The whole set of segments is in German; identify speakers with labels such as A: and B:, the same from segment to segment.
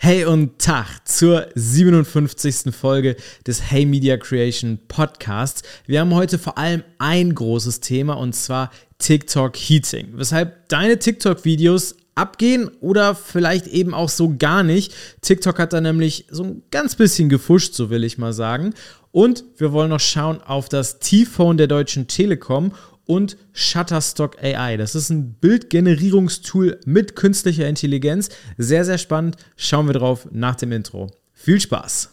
A: Hey und Tag zur 57. Folge des Hey Media Creation Podcasts. Wir haben heute vor allem ein großes Thema und zwar TikTok Heating. Weshalb deine TikTok-Videos abgehen oder vielleicht eben auch so gar nicht. TikTok hat da nämlich so ein ganz bisschen gefuscht, so will ich mal sagen. Und wir wollen noch schauen auf das T-Phone der Deutschen Telekom und Shutterstock AI. Das ist ein Bildgenerierungstool mit künstlicher Intelligenz. Sehr, sehr spannend. Schauen wir drauf nach dem Intro. Viel Spaß!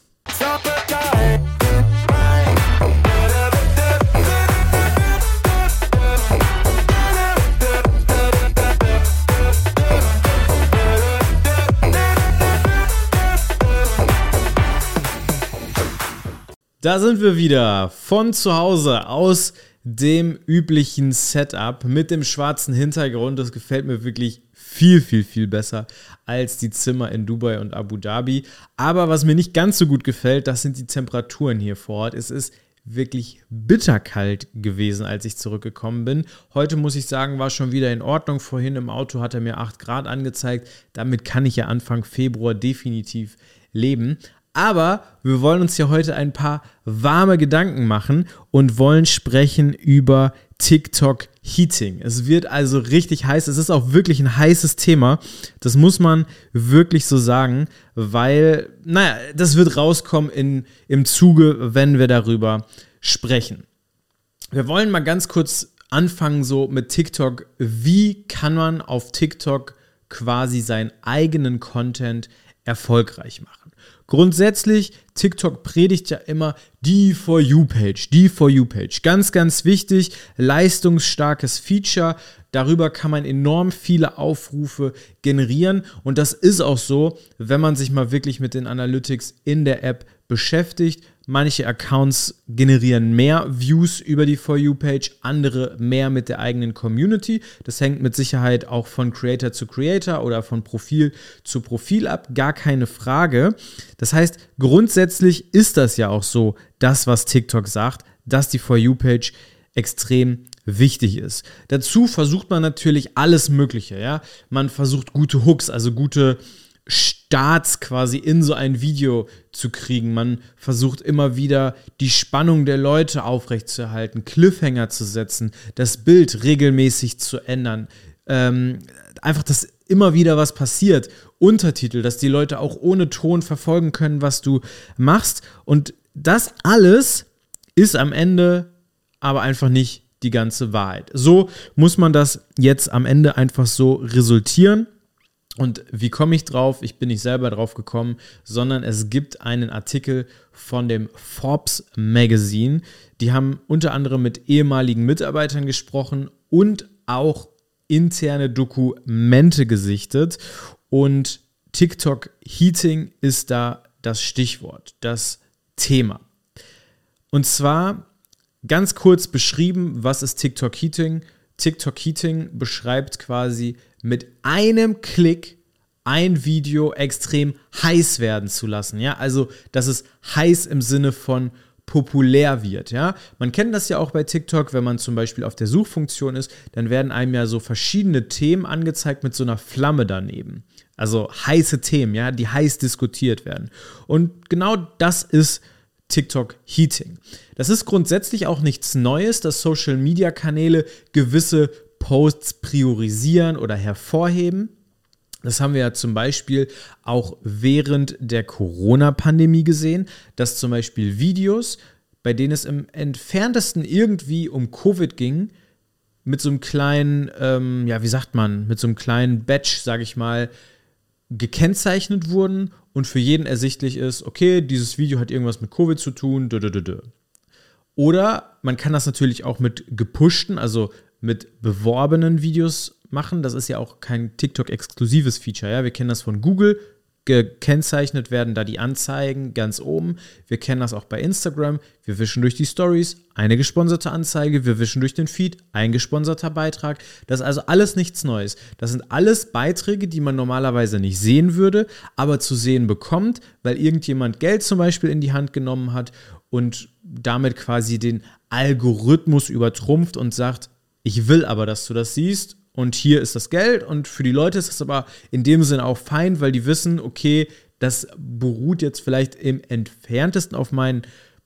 A: Da sind wir wieder von zu Hause aus dem üblichen Setup mit dem schwarzen Hintergrund. Das gefällt mir wirklich viel, viel, viel besser als die Zimmer in Dubai und Abu Dhabi. Aber was mir nicht ganz so gut gefällt, das sind die Temperaturen hier vor Ort. Es ist wirklich bitterkalt gewesen, als ich zurückgekommen bin. Heute muss ich sagen, war schon wieder in Ordnung. Vorhin im Auto hat er mir 8 Grad angezeigt. Damit kann ich ja Anfang Februar definitiv leben. Aber wir wollen uns ja heute ein paar warme Gedanken machen und wollen sprechen über TikTok Heating. Es wird also richtig heiß. Es ist auch wirklich ein heißes Thema. Das muss man wirklich so sagen, weil, das wird rauskommen im Zuge, wenn wir darüber sprechen. Wir wollen mal ganz kurz anfangen so mit TikTok. Wie kann man auf TikTok quasi seinen eigenen Content erfolgreich machen? Grundsätzlich, TikTok predigt ja immer die For You-Page. Ganz, ganz wichtig, leistungsstarkes Feature. Darüber kann man enorm viele Aufrufe generieren. Und das ist auch so, wenn man sich mal wirklich mit den Analytics in der App beschäftigt. Manche Accounts generieren mehr Views über die For You-Page, andere mehr mit der eigenen Community. Das hängt mit Sicherheit auch von Creator zu Creator oder von Profil zu Profil ab, gar keine Frage. Das heißt, grundsätzlich ist das ja auch so, das, was TikTok sagt, dass die For You-Page extrem wichtig ist. Dazu versucht man natürlich alles Mögliche. Ja? Man versucht gute Hooks, also gute Starts quasi in so ein Video zu kriegen. Man versucht immer wieder die Spannung der Leute aufrechtzuerhalten, Cliffhanger zu setzen, das Bild regelmäßig zu ändern, einfach, dass immer wieder was passiert, Untertitel, dass die Leute auch ohne Ton verfolgen können, was du machst, und das alles ist am Ende aber einfach nicht die ganze Wahrheit. So muss man das jetzt am Ende einfach so resultieren. Und wie komme ich drauf? Ich bin nicht selber drauf gekommen, sondern es gibt einen Artikel von dem Forbes Magazine. Die haben unter anderem mit ehemaligen Mitarbeitern gesprochen und auch interne Dokumente gesichtet. Und TikTok Heating ist da das Stichwort, das Thema. Und zwar ganz kurz beschrieben, was ist TikTok Heating? TikTok Heating beschreibt quasi mit einem Klick ein Video extrem heiß werden zu lassen. Ja? Also, dass es heiß im Sinne von populär wird. Ja? Man kennt das ja auch bei TikTok, wenn man zum Beispiel auf der Suchfunktion ist, dann werden einem ja so verschiedene Themen angezeigt mit so einer Flamme daneben. Also heiße Themen, ja, die heiß diskutiert werden. Und genau das ist TikTok Heating. Das ist grundsätzlich auch nichts Neues, dass Social-Media-Kanäle gewisse Posts priorisieren oder hervorheben. Das haben wir ja zum Beispiel auch während der Corona-Pandemie gesehen, dass zum Beispiel Videos, bei denen es im entferntesten irgendwie um Covid ging, mit so einem kleinen, mit so einem kleinen Badge, sage ich mal, gekennzeichnet wurden und für jeden ersichtlich ist, okay, dieses Video hat irgendwas mit Covid zu tun, Oder man kann das natürlich auch mit gepushten, also mit beworbenen Videos machen. Das ist ja auch kein TikTok-exklusives Feature. Ja? Wir kennen das von Google. Gekennzeichnet werden da die Anzeigen ganz oben. Wir kennen das auch bei Instagram. Wir wischen durch die Stories, eine gesponserte Anzeige. Wir wischen durch den Feed, ein gesponserter Beitrag. Das ist also alles nichts Neues. Das sind alles Beiträge, die man normalerweise nicht sehen würde, aber zu sehen bekommt, weil irgendjemand Geld zum Beispiel in die Hand genommen hat und damit quasi den Algorithmus übertrumpft und sagt, ich will aber, dass du das siehst. Und hier ist das Geld und für die Leute ist das aber in dem Sinne auch fein, weil die wissen, okay, das beruht jetzt vielleicht im entferntesten auf meinen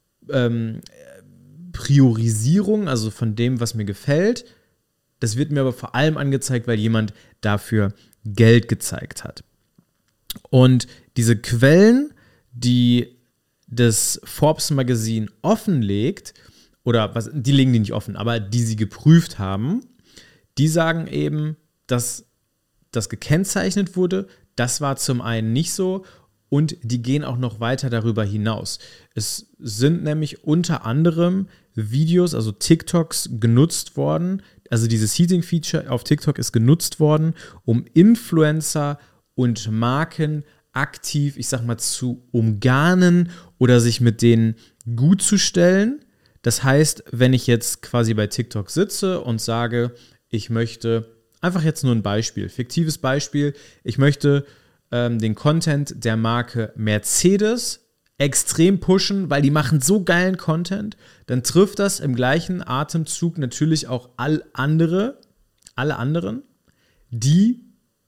A: Priorisierungen, also von dem, was mir gefällt. Das wird mir aber vor allem angezeigt, weil jemand dafür Geld gezeigt hat. Und diese Quellen, die das Forbes-Magazin offenlegt, die legen die nicht offen, aber die sie geprüft haben, die sagen eben, dass das gekennzeichnet wurde. Das war zum einen nicht so und die gehen auch noch weiter darüber hinaus. Es sind nämlich unter anderem Videos, also TikToks genutzt worden, also dieses Heating-Feature auf TikTok ist genutzt worden, um Influencer und Marken aktiv, ich sag mal, zu umgarnen oder sich mit denen gut zu stellen. Das heißt, wenn ich jetzt quasi bei TikTok sitze und sage, ich möchte, einfach jetzt nur ein Beispiel, fiktives Beispiel, ich möchte den Content der Marke Mercedes extrem pushen, weil die machen so geilen Content, dann trifft das im gleichen Atemzug natürlich auch alle anderen, die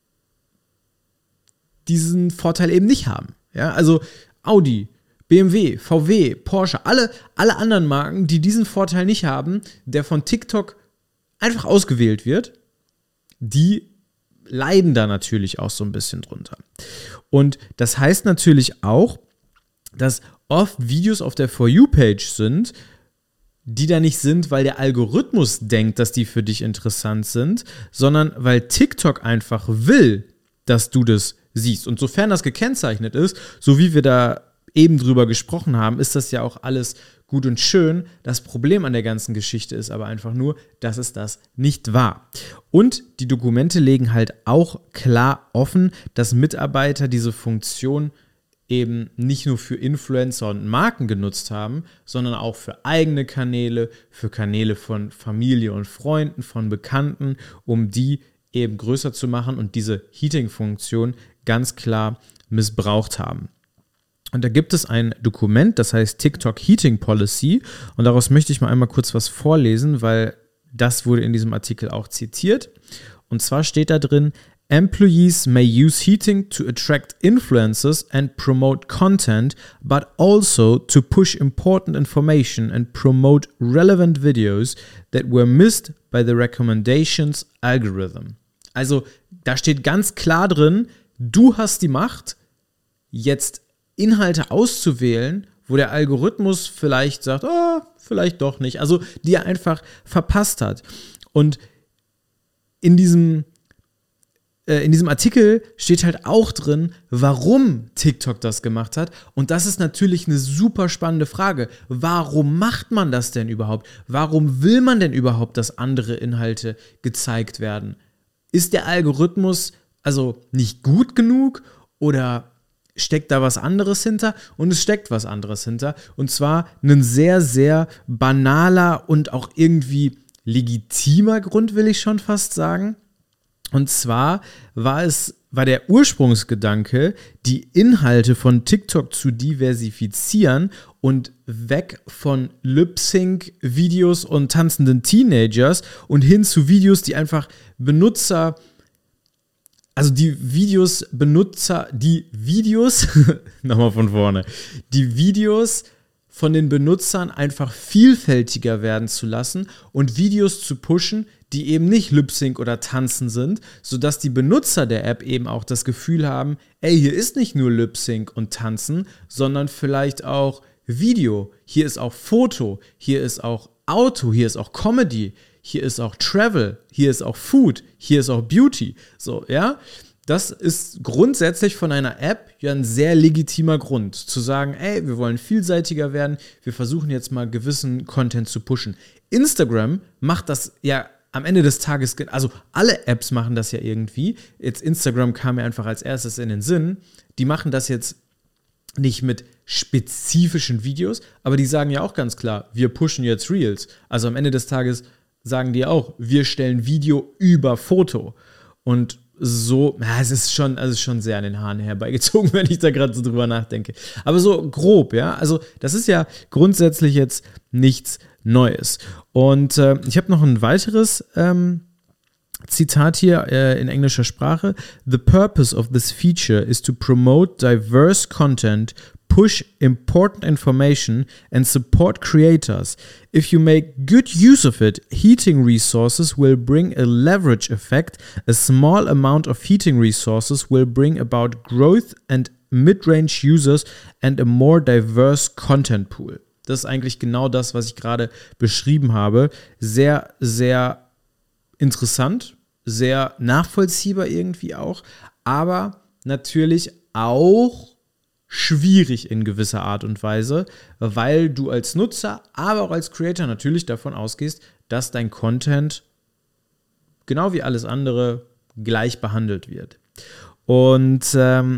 A: diesen Vorteil eben nicht haben. Ja, also Audi, BMW, VW, Porsche, alle anderen Marken, die diesen Vorteil nicht haben, der von TikTok einfach ausgewählt wird, die leiden da natürlich auch so ein bisschen drunter. Und das heißt natürlich auch, dass oft Videos auf der For You-Page sind, die da nicht sind, weil der Algorithmus denkt, dass die für dich interessant sind, sondern weil TikTok einfach will, dass du das siehst. Und sofern das gekennzeichnet ist, so wie wir da eben drüber gesprochen haben, ist das ja auch alles gut und schön. Das Problem an der ganzen Geschichte ist aber einfach nur, dass es das nicht war. Und die Dokumente legen halt auch klar offen, dass Mitarbeiter diese Funktion eben nicht nur für Influencer und Marken genutzt haben, sondern auch für eigene Kanäle, für Kanäle von Familie und Freunden, von Bekannten, um die eben größer zu machen und diese Heating-Funktion ganz klar missbraucht haben. Und da gibt es ein Dokument, das heißt TikTok Heating Policy, und daraus möchte ich mal einmal kurz was vorlesen, weil das wurde in diesem Artikel auch zitiert. Und zwar steht da drin: Employees may use heating to attract influencers and promote content, but also to push important information and promote relevant videos that were missed by the recommendations algorithm. Also da steht ganz klar drin, du hast die Macht, jetzt Inhalte auszuwählen, wo der Algorithmus vielleicht sagt, vielleicht doch nicht, also die er einfach verpasst hat. Und in diesem Artikel steht halt auch drin, warum TikTok das gemacht hat. Und das ist natürlich eine super spannende Frage. Warum macht man das denn überhaupt? Warum will man denn überhaupt, dass andere Inhalte gezeigt werden? Ist der Algorithmus also nicht gut genug oder steckt da was anderes hinter? Und es steckt was anderes hinter. Und zwar ein sehr, sehr banaler und auch irgendwie legitimer Grund, will ich schon fast sagen. Und zwar war der Ursprungsgedanke, die Inhalte von TikTok zu diversifizieren und weg von Lip-Sync-Videos und tanzenden Teenagers und hin zu Videos, die einfach nochmal von vorne, die Videos von den Benutzern einfach vielfältiger werden zu lassen und Videos zu pushen, die eben nicht Lip-Sync oder Tanzen sind, sodass die Benutzer der App eben auch das Gefühl haben, ey, hier ist nicht nur Lip-Sync und Tanzen, sondern vielleicht auch Video, hier ist auch Foto, hier ist auch Auto, hier ist auch Comedy, hier ist auch Travel, hier ist auch Food, hier ist auch Beauty, so, ja. Das ist grundsätzlich von einer App ja ein sehr legitimer Grund, zu sagen, ey, wir wollen vielseitiger werden, wir versuchen jetzt mal gewissen Content zu pushen. Instagram macht das ja am Ende des Tages, also alle Apps machen das ja irgendwie. Jetzt Instagram kam mir einfach als erstes in den Sinn. Die machen das jetzt nicht mit spezifischen Videos, aber die sagen ja auch ganz klar, wir pushen jetzt Reels. Also am Ende des Tages sagen die auch, wir stellen Video über Foto. Und so, es ist schon sehr an den Haaren herbeigezogen, wenn ich da gerade so drüber nachdenke. Aber so grob, ja, also das ist ja grundsätzlich jetzt nichts Neues. Und ich habe noch ein weiteres Zitat hier in englischer Sprache: The purpose of this feature is to promote diverse content, push important information and support creators. If you make good use of it, heating resources will bring a leverage effect. A small amount of heating resources will bring about growth and mid-range users and a more diverse content pool. Das ist eigentlich genau das, was ich gerade beschrieben habe. Sehr, sehr interessant, sehr nachvollziehbar irgendwie auch, aber natürlich auch schwierig in gewisser Art und Weise, weil du als Nutzer, aber auch als Creator natürlich davon ausgehst, dass dein Content genau wie alles andere gleich behandelt wird. Und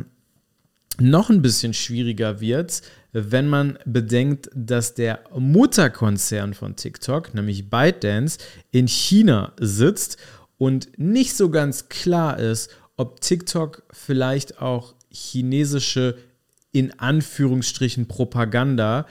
A: noch ein bisschen schwieriger wird's, wenn man bedenkt, dass der Mutterkonzern von TikTok, nämlich ByteDance, in China sitzt und nicht so ganz klar ist, ob TikTok vielleicht auch chinesische, in Anführungsstrichen, Propaganda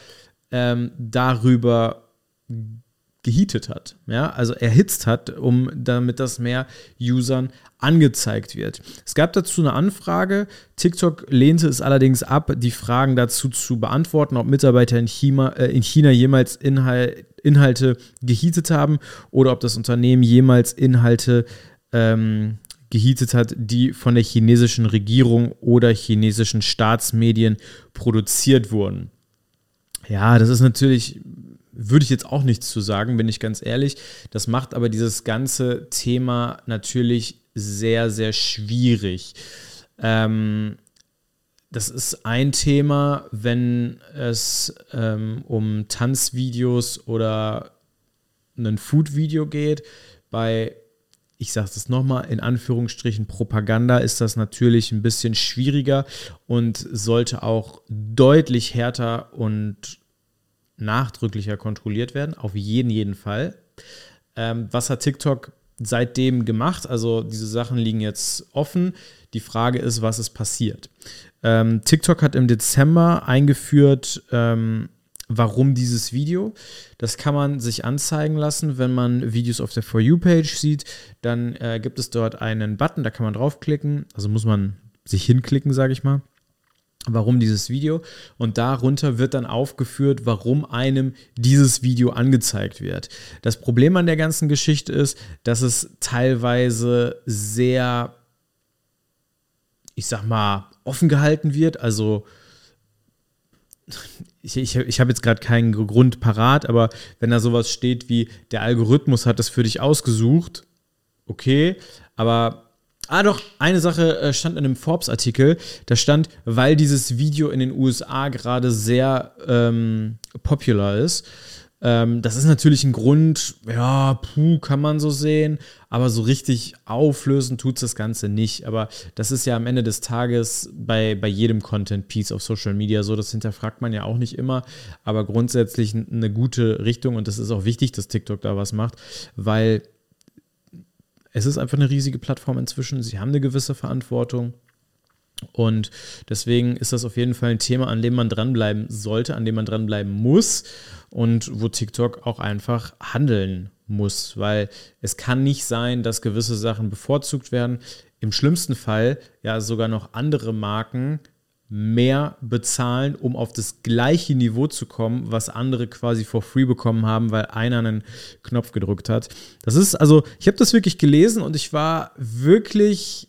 A: darüber geheatet hat, ja, also erhitzt hat, damit das mehr Usern angezeigt wird. Es gab dazu eine Anfrage, TikTok lehnte es allerdings ab, die Fragen dazu zu beantworten, ob Mitarbeiter in China jemals Inhalte geheatet haben oder ob das Unternehmen jemals Inhalte geheatet hat, die von der chinesischen Regierung oder chinesischen Staatsmedien produziert wurden. Ja, das ist natürlich, würde ich jetzt auch nichts zu sagen, bin ich ganz ehrlich. Das macht aber dieses ganze Thema natürlich sehr, sehr schwierig. Das ist ein Thema, wenn es um Tanzvideos oder ein Food-Video geht. Bei, ich sage das nochmal, in Anführungsstrichen Propaganda ist das natürlich ein bisschen schwieriger und sollte auch deutlich härter und nachdrücklicher kontrolliert werden, auf jeden Fall. Was hat TikTok seitdem gemacht? Also diese Sachen liegen jetzt offen. Die Frage ist, was ist passiert? TikTok hat im Dezember eingeführt, warum dieses Video. Das kann man sich anzeigen lassen, wenn man Videos auf der For You-Page sieht. Dann gibt es dort einen Button, da kann man draufklicken. Also muss man sich hinklicken, sage ich mal. Warum dieses Video? Und darunter wird dann aufgeführt, warum einem dieses Video angezeigt wird. Das Problem an der ganzen Geschichte ist, dass es teilweise sehr, ich sag mal, offen gehalten wird. Also ich habe jetzt gerade keinen Grund parat, aber wenn da sowas steht wie, der Algorithmus hat das für dich ausgesucht, okay, aber doch, eine Sache stand in einem Forbes-Artikel, da stand, weil dieses Video in den USA gerade sehr popular ist. Das ist natürlich ein Grund, ja, kann man so sehen, aber so richtig auflösen tut es das Ganze nicht. Aber das ist ja am Ende des Tages bei jedem Content-Piece auf Social Media so, das hinterfragt man ja auch nicht immer, aber grundsätzlich eine gute Richtung und das ist auch wichtig, dass TikTok da was macht, weil es ist einfach eine riesige Plattform inzwischen. Sie haben eine gewisse Verantwortung. Und deswegen ist das auf jeden Fall ein Thema, an dem man dranbleiben sollte, an dem man dranbleiben muss und wo TikTok auch einfach handeln muss. Weil es kann nicht sein, dass gewisse Sachen bevorzugt werden. Im schlimmsten Fall ja sogar noch andere Marken mehr bezahlen, um auf das gleiche Niveau zu kommen, was andere quasi for free bekommen haben, weil einer einen Knopf gedrückt hat. Das ist, also, ich habe das wirklich gelesen und ich war wirklich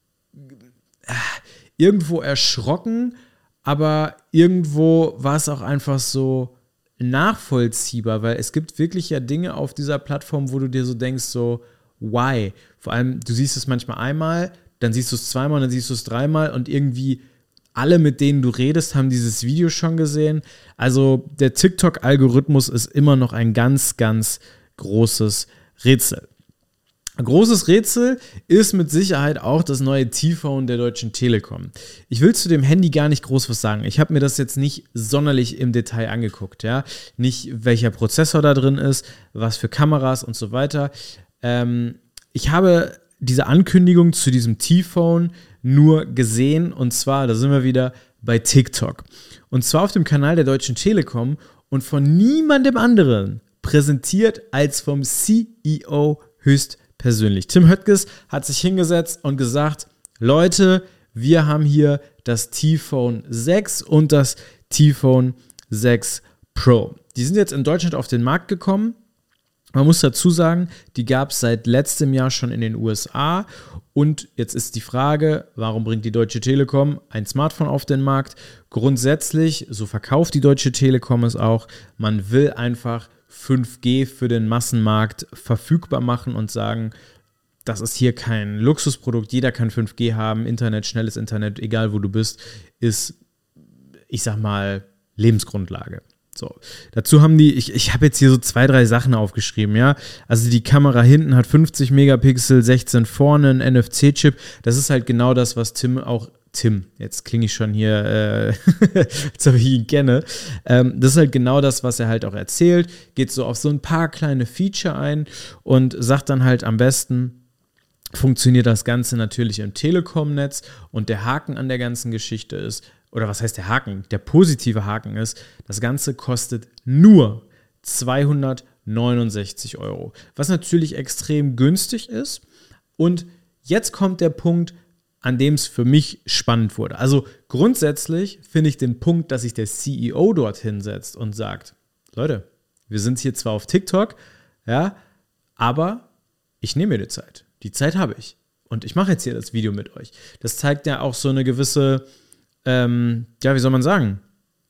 A: irgendwo erschrocken, aber irgendwo war es auch einfach so nachvollziehbar, weil es gibt wirklich ja Dinge auf dieser Plattform, wo du dir so denkst, so, why? Vor allem, du siehst es manchmal einmal, dann siehst du es zweimal, dann siehst du es dreimal und irgendwie alle, mit denen du redest, haben dieses Video schon gesehen. Also der TikTok-Algorithmus ist immer noch ein ganz, ganz großes Rätsel. Ein großes Rätsel ist mit Sicherheit auch das neue T-Phone der Deutschen Telekom. Ich will zu dem Handy gar nicht groß was sagen. Ich habe mir das jetzt nicht sonderlich im Detail angeguckt. Ja? Nicht, welcher Prozessor da drin ist, was für Kameras und so weiter. Ich habe diese Ankündigung zu diesem T-Phone nur gesehen und zwar, da sind wir wieder bei TikTok. Und zwar auf dem Kanal der Deutschen Telekom und von niemandem anderen präsentiert als vom CEO höchstpersönlich. persönlich. Tim Höttges hat sich hingesetzt und gesagt, Leute, wir haben hier das T-Phone 6 und das T-Phone 6 Pro. Die sind jetzt in Deutschland auf den Markt gekommen. Man muss dazu sagen, die gab es seit letztem Jahr schon in den USA. Und jetzt ist die Frage, warum bringt die Deutsche Telekom ein Smartphone auf den Markt? Grundsätzlich, so verkauft die Deutsche Telekom es auch, man will einfach 5G für den Massenmarkt verfügbar machen und sagen, das ist hier kein Luxusprodukt, jeder kann 5G haben, Internet, schnelles Internet, egal wo du bist, ist, ich sag mal, Lebensgrundlage. So, dazu haben die, ich habe jetzt hier so 2, 3 Sachen aufgeschrieben, ja. Also die Kamera hinten hat 50 Megapixel, 16 vorne, ein NFC-Chip. Das ist halt genau das, was Tim, jetzt klinge ich schon hier, als ob ich ihn kenne. Das ist halt genau das, was er halt auch erzählt. Geht so auf so ein paar kleine Feature ein und sagt dann halt am besten, funktioniert das Ganze natürlich im Telekom-Netz und der Haken an der ganzen Geschichte ist, oder was heißt der Haken? Der positive Haken ist, das Ganze kostet nur 269 €, was natürlich extrem günstig ist. Und jetzt kommt der Punkt, an dem es für mich spannend wurde. Also grundsätzlich finde ich den Punkt, dass sich der CEO dort hinsetzt und sagt, Leute, wir sind hier zwar auf TikTok, ja, aber ich nehme mir die Zeit. Die Zeit habe ich. Und ich mache jetzt hier das Video mit euch. Das zeigt ja auch so eine gewisse, wie soll man sagen,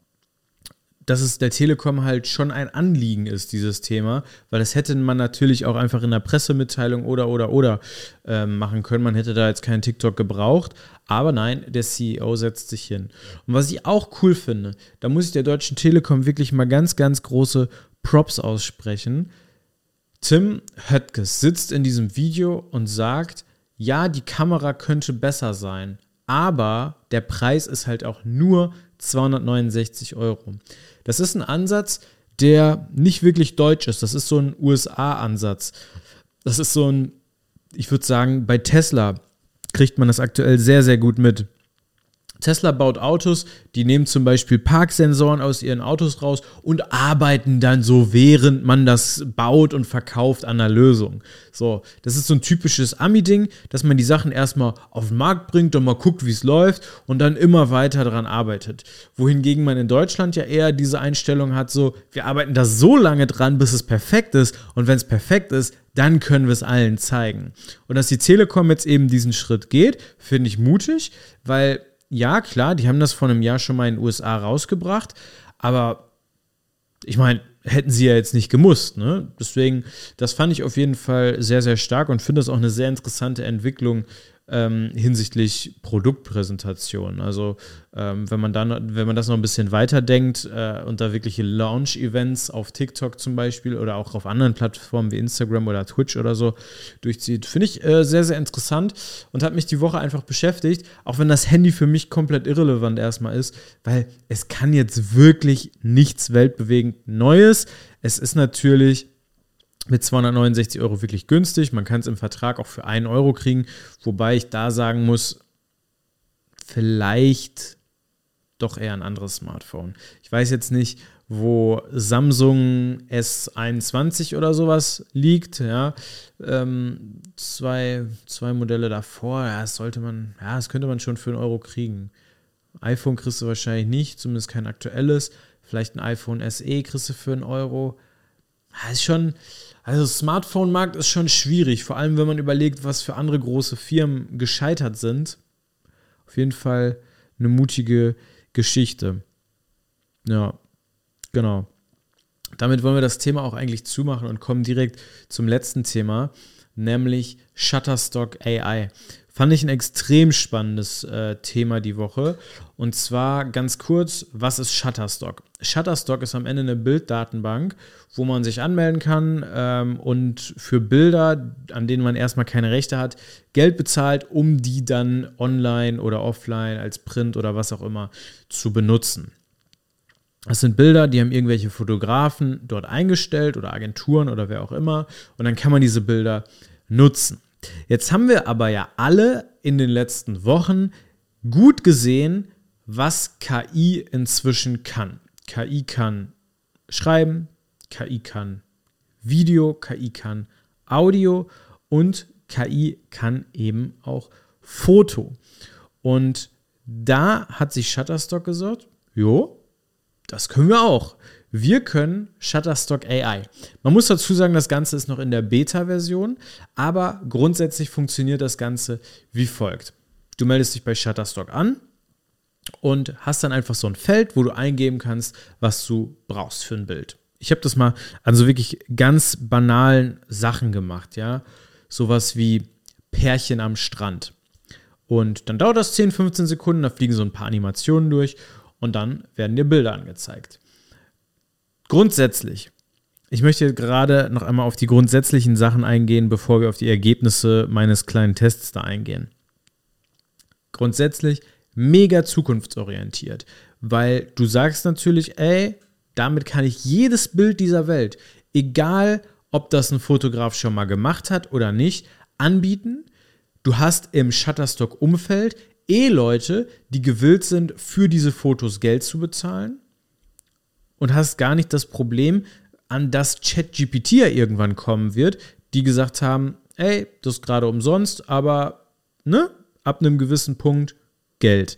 A: dass es der Telekom halt schon ein Anliegen ist, dieses Thema, weil das hätte man natürlich auch einfach in der Pressemitteilung oder machen können. Man hätte da jetzt keinen TikTok gebraucht, aber nein, der CEO setzt sich hin. Und was ich auch cool finde, da muss ich der Deutschen Telekom wirklich mal ganz, ganz große Props aussprechen. Tim Höttges sitzt in diesem Video und sagt, ja, die Kamera könnte besser sein, aber der Preis ist halt auch nur 269 €. Das ist ein Ansatz, der nicht wirklich deutsch ist. Das ist so ein USA-Ansatz. Das ist so ein, ich würde sagen, bei Tesla kriegt man das aktuell sehr, sehr gut mit. Tesla baut Autos, die nehmen zum Beispiel Parksensoren aus ihren Autos raus und arbeiten dann so, während man das baut und verkauft, an der Lösung. So, das ist so ein typisches Ami-Ding, dass man die Sachen erstmal auf den Markt bringt und mal guckt, wie es läuft und dann immer weiter daran arbeitet. Wohingegen man in Deutschland ja eher diese Einstellung hat, so, wir arbeiten da so lange dran, bis es perfekt ist und wenn es perfekt ist, dann können wir es allen zeigen. Und dass die Telekom jetzt eben diesen Schritt geht, finde ich mutig, weil ja, klar, die haben das vor einem Jahr schon mal in den USA rausgebracht, aber ich meine, hätten sie ja jetzt nicht gemusst, ne? Deswegen, das fand ich auf jeden Fall sehr, sehr stark und finde das auch eine sehr interessante Entwicklung hinsichtlich Produktpräsentation. Also wenn man das noch ein bisschen weiterdenkt und da wirkliche Launch-Events auf TikTok zum Beispiel oder auch auf anderen Plattformen wie Instagram oder Twitch oder so durchzieht, finde ich sehr, sehr interessant und hat mich die Woche einfach beschäftigt, auch wenn das Handy für mich komplett irrelevant erstmal ist, weil es kann jetzt wirklich nichts weltbewegend Neues. Es ist natürlich mit 269 € wirklich günstig. Man kann es im Vertrag auch für 1 € kriegen, wobei ich da sagen muss, vielleicht doch eher ein anderes Smartphone. Ich weiß jetzt nicht, wo Samsung S21 oder sowas liegt, ja. Zwei Modelle davor, ja, das könnte man schon für 1 € kriegen. iPhone kriegst du wahrscheinlich nicht, zumindest kein aktuelles. Vielleicht ein iPhone SE kriegst du für 1 €. Das ist schon, also Smartphone-Markt ist schon schwierig, vor allem wenn man überlegt, was für andere große Firmen gescheitert sind. Auf jeden Fall eine mutige Geschichte. Ja, genau. Damit wollen wir das Thema auch eigentlich zumachen und kommen direkt zum letzten Thema, nämlich Shutterstock AI. Fand ich ein extrem spannendes Thema die Woche. Und zwar ganz kurz, was ist Shutterstock? Shutterstock ist am Ende eine Bilddatenbank, wo man sich anmelden kann und für Bilder, an denen man erstmal keine Rechte hat, Geld bezahlt, um die dann online oder offline als Print oder was auch immer zu benutzen. Das sind Bilder, die haben irgendwelche Fotografen dort eingestellt oder Agenturen oder wer auch immer und dann kann man diese Bilder nutzen. Jetzt haben wir aber ja alle in den letzten Wochen gut gesehen, was KI inzwischen kann. KI kann schreiben, KI kann Video, KI kann Audio und KI kann eben auch Foto. Und da hat sich Shutterstock gesagt, jo, das können wir auch. Wir können Shutterstock AI. Man muss dazu sagen, das Ganze ist noch in der Beta-Version, aber grundsätzlich funktioniert das Ganze wie folgt. Du meldest dich bei Shutterstock an und hast dann einfach so ein Feld, wo du eingeben kannst, was du brauchst für ein Bild. Ich habe das mal an so wirklich ganz banalen Sachen gemacht, ja. Sowas wie Pärchen am Strand. Und dann dauert das 10, 15 Sekunden, da fliegen so ein paar Animationen durch und dann werden dir Bilder angezeigt. Grundsätzlich, ich möchte gerade noch einmal auf die grundsätzlichen Sachen eingehen, bevor wir auf die Ergebnisse meines kleinen Tests da eingehen. Grundsätzlich mega zukunftsorientiert, weil du sagst natürlich, ey, damit kann ich jedes Bild dieser Welt, egal ob das ein Fotograf schon mal gemacht hat oder nicht, anbieten. Du hast im Shutterstock-Umfeld Leute, die gewillt sind, für diese Fotos Geld zu bezahlen und hast gar nicht das Problem, an das ChatGPT ja irgendwann kommen wird, die gesagt haben, ey, das ist gerade umsonst, aber ne, ab einem gewissen Punkt Geld.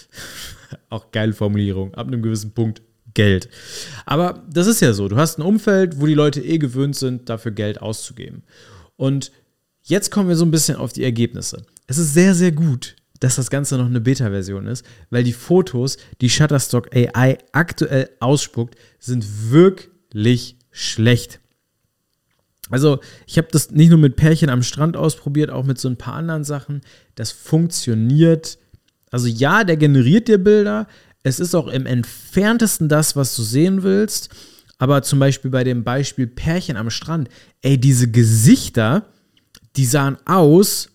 A: Auch geile Formulierung, ab einem gewissen Punkt Geld. Aber das ist ja so, du hast ein Umfeld, wo die Leute gewöhnt sind, dafür Geld auszugeben. Und jetzt kommen wir so ein bisschen auf die Ergebnisse. Es ist sehr, sehr gut, dass das Ganze noch eine Beta-Version ist, weil die Fotos, die Shutterstock AI aktuell ausspuckt, sind wirklich schlecht. Also ich habe das nicht nur mit Pärchen am Strand ausprobiert, auch mit so ein paar anderen Sachen. Das funktioniert. Also ja, der generiert dir Bilder. Es ist auch im entferntesten das, was du sehen willst. Aber zum Beispiel bei dem Beispiel Pärchen am Strand, diese Gesichter, die sahen aus,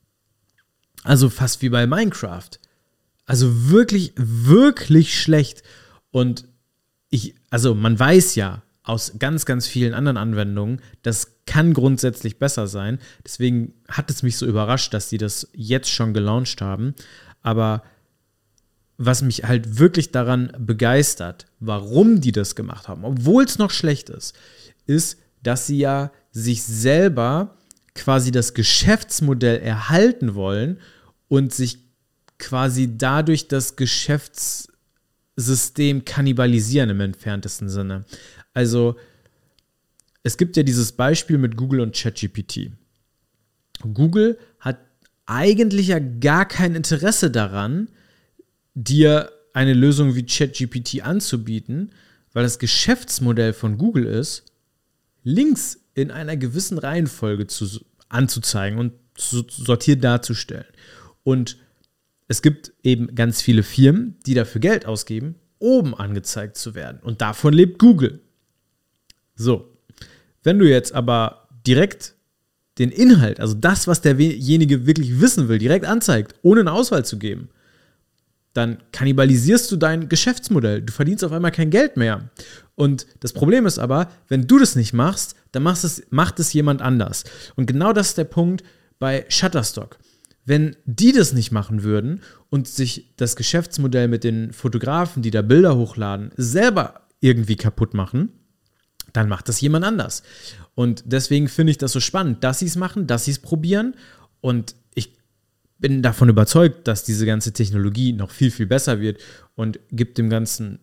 A: also fast wie bei Minecraft. Also wirklich, wirklich schlecht. Und man weiß ja aus ganz, ganz vielen anderen Anwendungen, das kann grundsätzlich besser sein. Deswegen hat es mich so überrascht, dass die das jetzt schon gelauncht haben. Aber was mich halt wirklich daran begeistert, warum die das gemacht haben, obwohl es noch schlecht ist, dass sie ja sich selber quasi das Geschäftsmodell erhalten wollen und sich quasi dadurch das Geschäftssystem kannibalisieren im entferntesten Sinne. Also es gibt ja dieses Beispiel mit Google und ChatGPT. Google hat eigentlich ja gar kein Interesse daran, dir eine Lösung wie ChatGPT anzubieten, weil das Geschäftsmodell von Google ist, Links in einer gewissen Reihenfolge anzuzeigen und sortiert darzustellen. Und es gibt eben ganz viele Firmen, die dafür Geld ausgeben, oben angezeigt zu werden. Und davon lebt Google. So, wenn du jetzt aber direkt den Inhalt, also das, was derjenige wirklich wissen will, direkt anzeigt, ohne eine Auswahl zu geben, dann kannibalisierst du dein Geschäftsmodell. Du verdienst auf einmal kein Geld mehr. Und das Problem ist aber, wenn du das nicht machst, dann macht es jemand anders. Und genau das ist der Punkt bei Shutterstock. Wenn die das nicht machen würden und sich das Geschäftsmodell mit den Fotografen, die da Bilder hochladen, selber irgendwie kaputt machen, dann macht das jemand anders. Und deswegen finde ich das so spannend, dass sie es machen, dass sie es probieren. Und ich bin davon überzeugt, dass diese ganze Technologie noch viel, viel besser wird und gibt dem Ganzen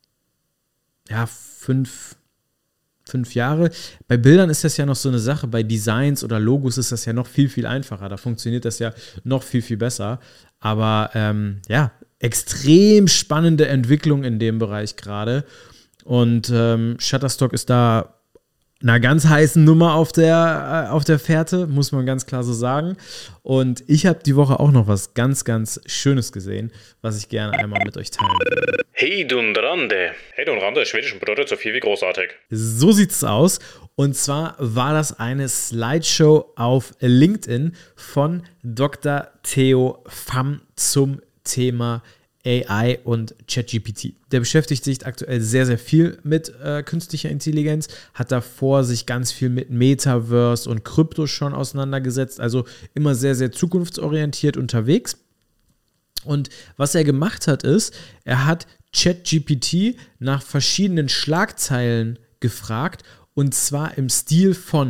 A: 5 Jahre. Bei Bildern ist das ja noch so eine Sache, bei Designs oder Logos ist das ja noch viel, viel einfacher. Da funktioniert das ja noch viel, viel besser. Aber extrem spannende Entwicklung in dem Bereich gerade. Und Shutterstock ist da einer ganz heißen Nummer auf der Fährte, muss man ganz klar so sagen. Und ich habe die Woche auch noch was ganz, ganz Schönes gesehen, was ich gerne einmal mit euch teilen würde.
B: Hey Dunrande, schwedischen bedeutet so viel wie großartig.
A: So sieht's aus. Und zwar war das eine Slideshow auf LinkedIn von Dr. Theo Pham zum Thema AI und ChatGPT. Der beschäftigt sich aktuell sehr, sehr viel mit künstlicher Intelligenz, hat davor sich ganz viel mit Metaverse und Krypto schon auseinandergesetzt, also immer sehr, sehr zukunftsorientiert unterwegs. Und was er gemacht hat, ist, er hat ChatGPT nach verschiedenen Schlagzeilen gefragt und zwar im Stil von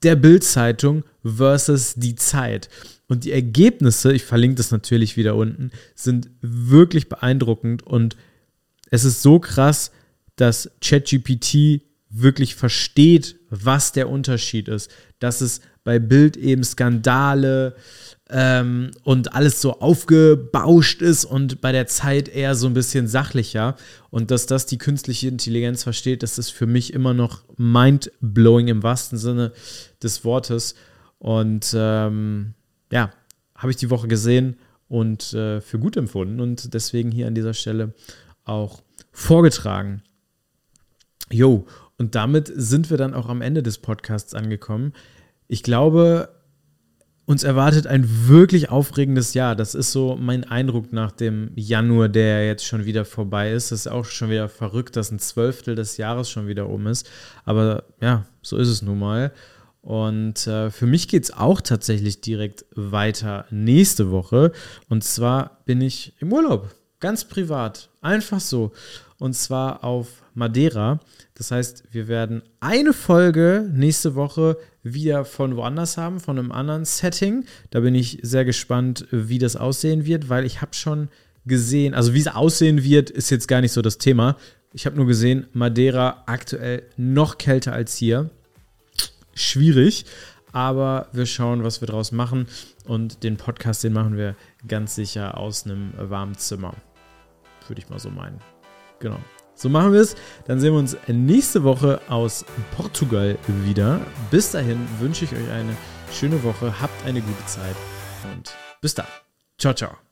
A: der Bild-Zeitung versus die Zeit. Und die Ergebnisse, ich verlinke das natürlich wieder unten, sind wirklich beeindruckend und es ist so krass, dass ChatGPT wirklich versteht, was der Unterschied ist. Dass es bei Bild eben Skandale und alles so aufgebauscht ist und bei der Zeit eher so ein bisschen sachlicher. Und dass das die künstliche Intelligenz versteht, das ist für mich immer noch mind-blowing im wahrsten Sinne des Wortes. Und ja, habe ich die Woche gesehen und für gut empfunden und deswegen hier an dieser Stelle auch vorgetragen. Jo, und damit sind wir dann auch am Ende des Podcasts angekommen. Ich glaube, uns erwartet ein wirklich aufregendes Jahr. Das ist so mein Eindruck nach dem Januar, der jetzt schon wieder vorbei ist. Das ist auch schon wieder verrückt, dass ein Zwölftel des Jahres schon wieder um ist. Aber ja, so ist es nun mal. Und für mich geht es auch tatsächlich direkt weiter nächste Woche. Und zwar bin ich im Urlaub, ganz privat, einfach so. Und zwar auf Madeira. Das heißt, wir werden eine Folge nächste Woche wieder von woanders haben, von einem anderen Setting. Da bin ich sehr gespannt, wie das aussehen wird, weil ich habe schon gesehen, also wie es aussehen wird, ist jetzt gar nicht so das Thema. Ich habe nur gesehen, Madeira aktuell noch kälter als hier. Schwierig, aber wir schauen, was wir draus machen. Und den Podcast, den machen wir ganz sicher aus einem warmen Zimmer. Würde ich mal so meinen. Genau. So machen wir es. Dann sehen wir uns nächste Woche aus Portugal wieder. Bis dahin wünsche ich euch eine schöne Woche. Habt eine gute Zeit und bis dann. Ciao, ciao.